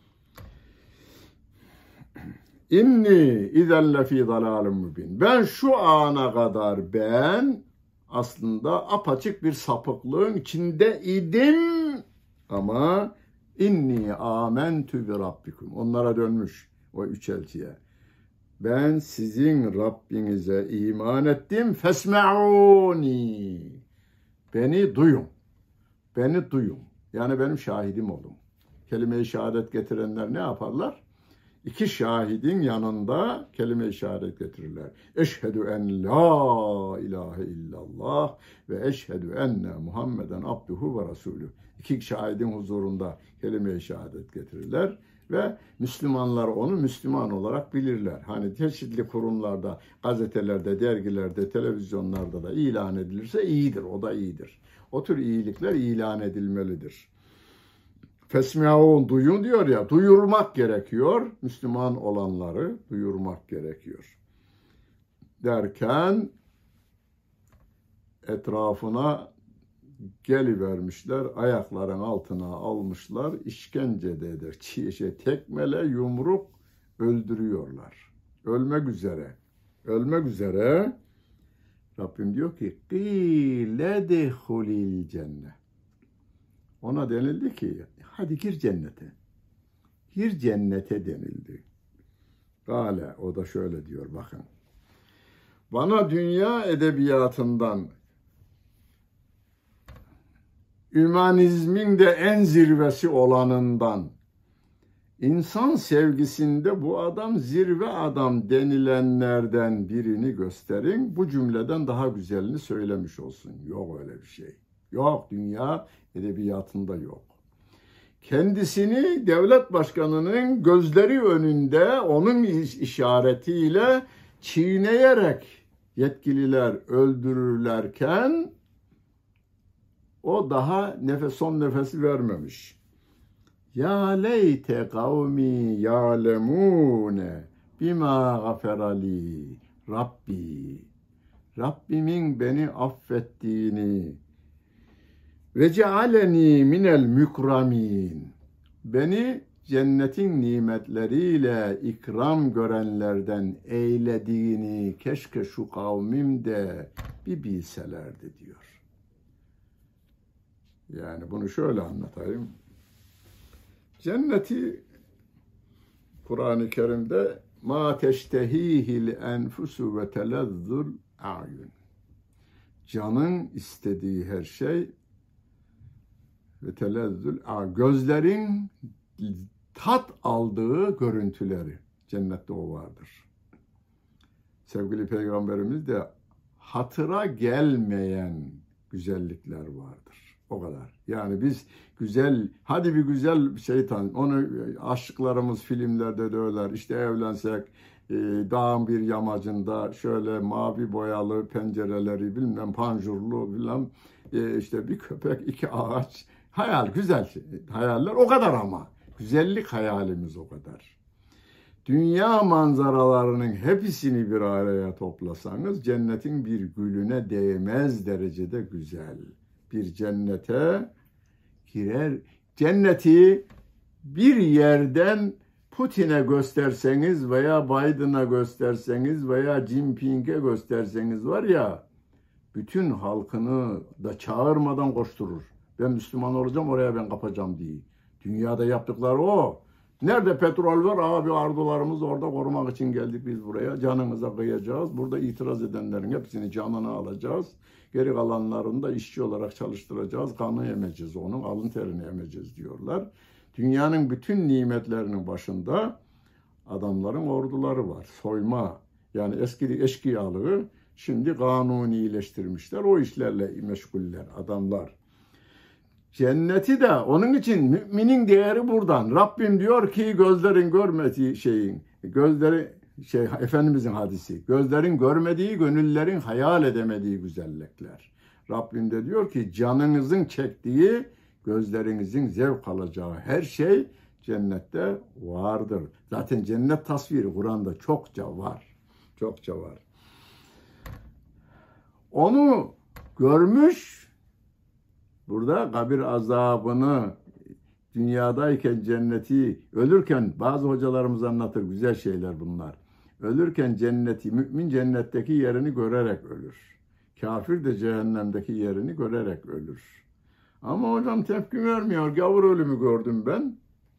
Speaker 1: İnni izen lefî dalâlim mübin. Ben şu ana kadar aslında apaçık bir sapıklığın içinde idim ama inni âmentü bi rabbikum. Onlara dönmüş o 3 elçiye. Ben sizin Rabbinize iman ettim. Fesme'ûni. Beni duyun. Beni duyun. Yani benim şahidim olun. Kelime-i şehadet getirenler ne yaparlar? 2 şahidin yanında kelime-i şehadet getirirler. Eşhedü en la ilahe illallah ve eşhedü enne Muhammeden abduhu ve resulü. 2 şahidin huzurunda kelime-i şehadet getirirler ve Müslümanlar onu Müslüman olarak bilirler. Hani çeşitli kurumlarda, gazetelerde, dergilerde, televizyonlarda da ilan edilirse iyidir, o da iyidir. O tür iyilikler ilan edilmelidir. Fesmi'ûn, duyun diyor ya, duyurmak gerekiyor. Müslüman olanları duyurmak gerekiyor. Derken etrafına gelivermişler, ayakların altına almışlar, işkencededir. Tekmele, yumruk öldürüyorlar. Ölmek üzere. Ölmek üzere. Rabbim diyor ki, قِيلَ دَخُلِي cennet. Ona denildi ki, hadi gir cennete. Gir cennete denildi. Gale, o da şöyle diyor, bakın. Bana dünya edebiyatından, hümanizmin de en zirvesi olanından, insan sevgisinde bu adam zirve adam denilenlerden birini gösterin. Bu cümleden daha güzelini söylemiş olsun. Yok öyle bir şey. Yok, dünya edebiyatında yok. Kendisini devlet başkanının gözleri önünde onun işaretiyle çiğneyerek yetkililer öldürürlerken o daha son nefesi vermemiş. Ya leyte kavmi ya'lemune bima gaferali Rabbi. Rabbimin beni affettiğini ve cealeni minel mükramin. Beni cennetin nimetleriyle ikram görenlerden eylediğini keşke şu kavmim de bir bilselerdi diyor. Yani bunu şöyle anlatayım. Cenneti Kur'an-ı Kerim'de ma teştehihil enfusu ve telezzul a'yun. Canın istediği her şey ve telezzül gözlerin tat aldığı görüntüleri. Cennette o vardır. Sevgili Peygamberimiz de hatıra gelmeyen güzellikler vardır. O kadar. Yani biz hadi bir güzel şeytan, onu aşıklarımız filmlerde de öyler. İşte evlensek dağın bir yamacında şöyle mavi boyalı pencereleri bilmem panjurlu bilmem işte bir köpek, 2 ağaç. Hayal, güzel hayaller o kadar ama. Güzellik hayalimiz o kadar. dünya manzaralarının hepsini bir araya toplasanız cennetin bir gülüne değmez derecede güzel. Bir cennete girer. Cenneti bir yerden Putin'e gösterseniz veya Biden'a gösterseniz veya Jinping'e gösterseniz var ya, bütün halkını da çağırmadan koşturur. Ben Müslüman olacağım, oraya ben kapacağım diye. Dünyada yaptıkları o. Nerede petrol var? Abi ardularımız orada, korumak için geldik biz buraya. Canımıza kıyacağız. Burada itiraz edenlerin hepsini canına alacağız. Geri kalanlarını da işçi olarak çalıştıracağız. Kanı emeceğiz, onun alın terini emeceğiz diyorlar. Dünyanın bütün nimetlerinin başında adamların orduları var. Soyma, yani eski eşkıyalığı şimdi kanunileştirmişler. O işlerle meşguller adamlar. Cenneti de onun için müminin değeri buradan. Rabbim diyor ki gözlerin görmediği Efendimizin hadisi. Gözlerin görmediği, gönüllerin hayal edemediği güzellikler. Rabbim de diyor ki canınızın çektiği, gözlerinizin zevk alacağı her şey cennette vardır. Zaten cennet tasviri Kur'an'da çokça var. Çokça var. Onu görmüş, burada kabir azabını, dünyadayken cenneti, ölürken bazı hocalarımız anlatır, güzel şeyler bunlar. Ölürken cenneti, mümin cennetteki yerini görerek ölür. Kafir de cehennemdeki yerini görerek ölür. Ama hocam tepki vermiyor. Gavur ölümü gördüm ben.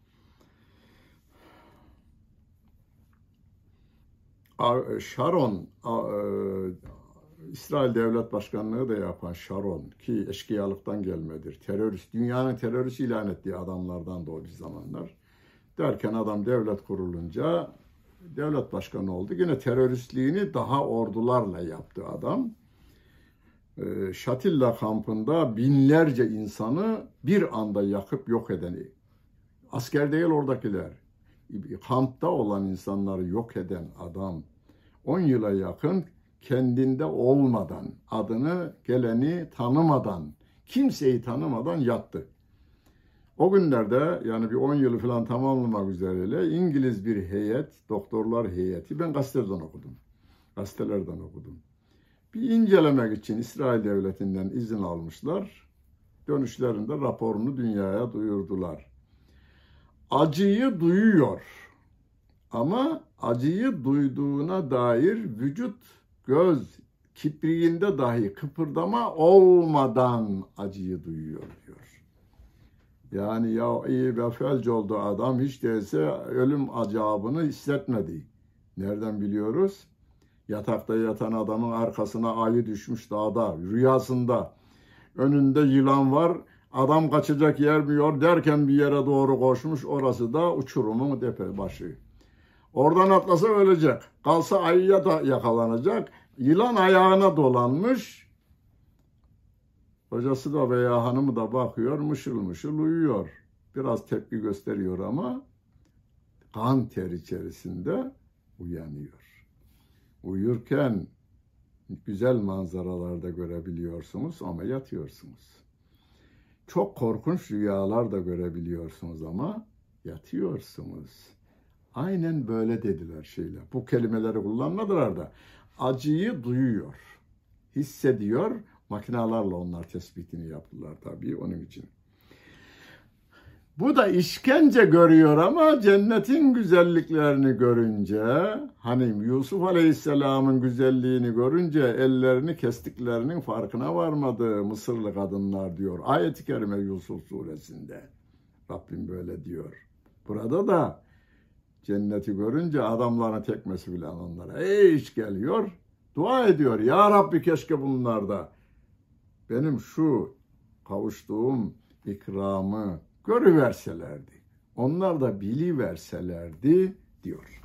Speaker 1: Sharon, İsrail Devlet Başkanlığı da yapan Sharon, ki eşkıyalıktan gelmedir. Terörist, dünyanın terörist ilan ettiği adamlardan da o bir zamanlar. Derken adam devlet kurulunca devlet başkanı oldu. Yine teröristliğini daha ordularla yaptı adam. Şatilla kampında binlerce insanı bir anda yakıp yok eden, asker değil oradakiler, kampta olan insanları yok eden adam 10 yıla yakın kendinde olmadan, adını geleni tanımadan, kimseyi tanımadan yattı. O günlerde, yani bir 10 yılı falan tamamlamak üzereyle İngiliz bir heyet, doktorlar heyeti, ben gazetelerden okudum. Bir incelemek için İsrail Devleti'nden izin almışlar. Dönüşlerinde raporunu dünyaya duyurdular. Acıyı duyuyor ama acıyı duyduğuna dair vücut, göz, kipriğinde dahi kıpırdama olmadan acıyı duyuyor diyor. Yani ya iyi ve felç oldu adam, hiç değilse ölüm acabını hissetmedi. Nereden biliyoruz? Yatakta yatan adamın arkasına ayı düşmüş dağda, rüyasında. Önünde yılan var, adam kaçacak yer mi yok derken bir yere doğru koşmuş, orası da uçurumun tepe başı. Oradan atlasa ölecek, kalsa ayıya da yakalanacak, yılan ayağına dolanmış. Hocası da veya hanımı da bakıyor, mışıl mışıl uyuyor. Biraz tepki gösteriyor ama kan ter içerisinde uyanıyor. Uyurken güzel manzaralar da görebiliyorsunuz ama yatıyorsunuz. Çok korkunç rüyalar da görebiliyorsunuz ama yatıyorsunuz. Aynen böyle dediler şeyler. Bu kelimeleri kullanmadılar da. Acıyı duyuyor, hissediyor. Makinalarla onlar tespitini yaptılar tabii onun için. Bu da işkence görüyor ama cennetin güzelliklerini görünce, hani Yusuf Aleyhisselam'ın güzelliğini görünce ellerini kestiklerinin farkına varmadı Mısırlı kadınlar diyor. Ayet-i Kerime Yusuf suresinde. Rabbim böyle diyor. Burada da cenneti görünce adamların tekmesi bile onlara iş geliyor. Dua ediyor. Ya Rabbi keşke bunlarda benim şu kavuştuğum ikramı görüverselerdi. Onlar da biliverselerdi diyor.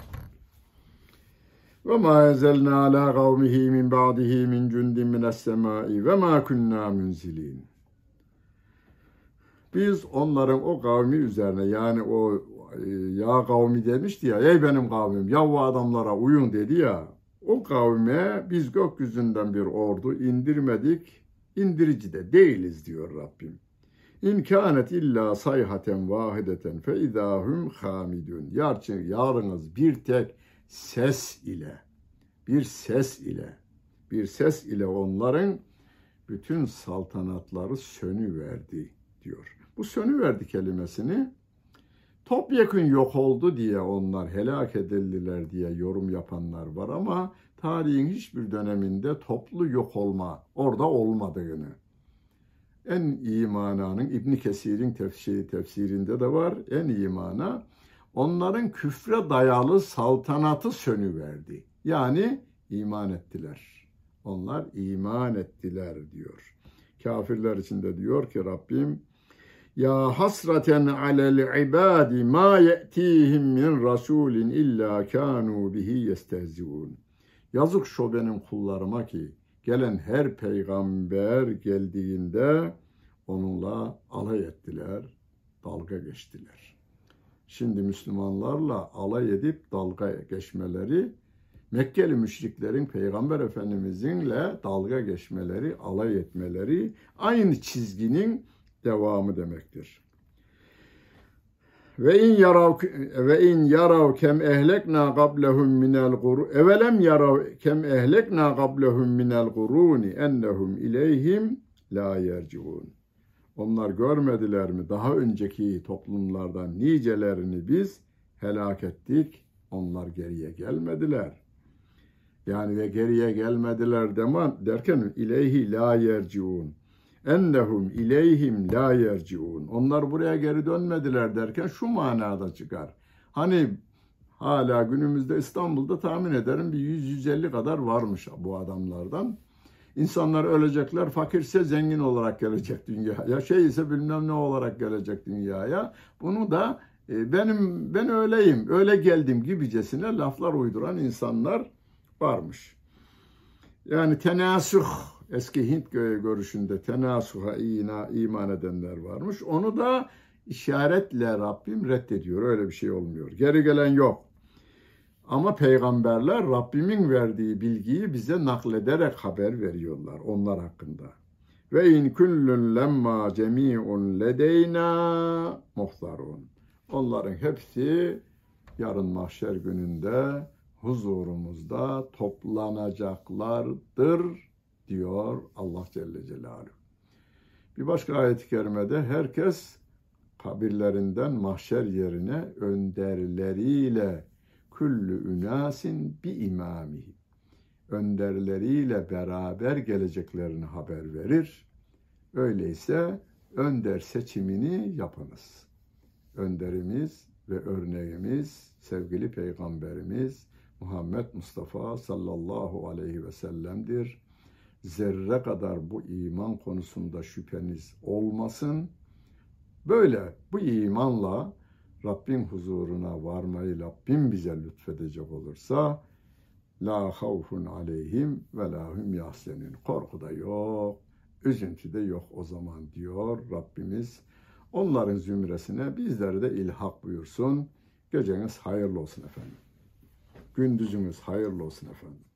Speaker 1: Ve ma enzelna ala kavmihi min ba'dihi min cundin mine's semai ve ma kunna munzilin. Biz onların o kavmi üzerine, yani o ya kavmi demişti ya, ey benim kavmim, ya o adamlara uyun dedi ya, o kavme biz gökyüzünden bir ordu indirmedik, indirici de değiliz diyor Rabbim. İn kânet illa sayhaten vahideten fe idâhum hamidun. Yarınız bir tek ses ile onların bütün saltanatları sönüverdi diyor. Bu sönüverdi kelimesini topyekün yok oldu diye onlar helak edildiler diye yorum yapanlar var ama tarihin hiçbir döneminde toplu yok olma orada olmadığını en iyi mananın İbn Kesir'in tefsirinde de var. En iyi mana onların küfre dayalı saltanatı sönüverdi. Yani iman ettiler. Onlar iman ettiler diyor. Kafirler için de diyor ki Rabbim ya hasraten alel ibadi ma ye'tihim min rasulin illa kanu bihi yestehziun. Yazık şu benim kullarıma ki gelen her peygamber geldiğinde onunla alay ettiler, dalga geçtiler. Şimdi Müslümanlarla alay edip dalga geçmeleri, Mekkeli müşriklerin Peygamber Efendimiz'inle dalga geçmeleri, alay etmeleri aynı çizginin devamı demektir. Ve in yarav kem ehlekna qablahum minel gurun evelem yarav kem ehlekna qablahum minel guruni ennehum ileyhim la yerciun. Onlar görmediler mi daha önceki toplumlardan nicelerini biz helak ettik. Onlar geriye gelmediler. Yani ve geriye gelmediler derken ileyhi la yerciun. Ennehum ileyhim la yerciun. Onlar buraya geri dönmediler derken şu manada çıkar. Hani hala günümüzde İstanbul'da tahmin ederim bir 100-150 kadar varmış bu adamlardan. İnsanlar ölecekler, fakirse zengin olarak gelecek dünyaya, ise bilmem ne olarak gelecek dünyaya. Bunu da ben öyleyim, öyle geldim gibicesine laflar uyduran insanlar varmış. Yani tenasuh, eski Hint görüşünde tenasuha iman edenler varmış. Onu da işaretle Rabbim reddediyor. Öyle bir şey olmuyor. Geri gelen yok. Ama peygamberler Rabbimin verdiği bilgiyi bize naklederek haber veriyorlar onlar hakkında. Ve in kullun lemma cemi'un ledeyna muhtarun. Onların hepsi yarın mahşer gününde huzurumuzda toplanacaklardır diyor Allah Celle Celaluhu. Bir başka ayet-i kerimede herkes kabirlerinden mahşer yerine önderleriyle küllü ünasin bi imamihi. Önderleriyle beraber geleceklerini haber verir. Öyleyse önder seçimini yapınız. Önderimiz ve örneğimiz sevgili Peygamberimiz Muhammed Mustafa sallallahu aleyhi ve sellem'dir. Zerre kadar bu iman konusunda şüpheniz olmasın. Böyle bu imanla Rabbin huzuruna varmayı Rabbim bize lütfedecek olursa la havfun aleyhim ve la hum yahzenun. Korku da yok, üzüntü de yok o zaman diyor Rabbimiz. Onların zümresine bizleri de ilhak buyursun. Geceniz hayırlı olsun efendim. Gündüzünüz hayırlı olsun efendim.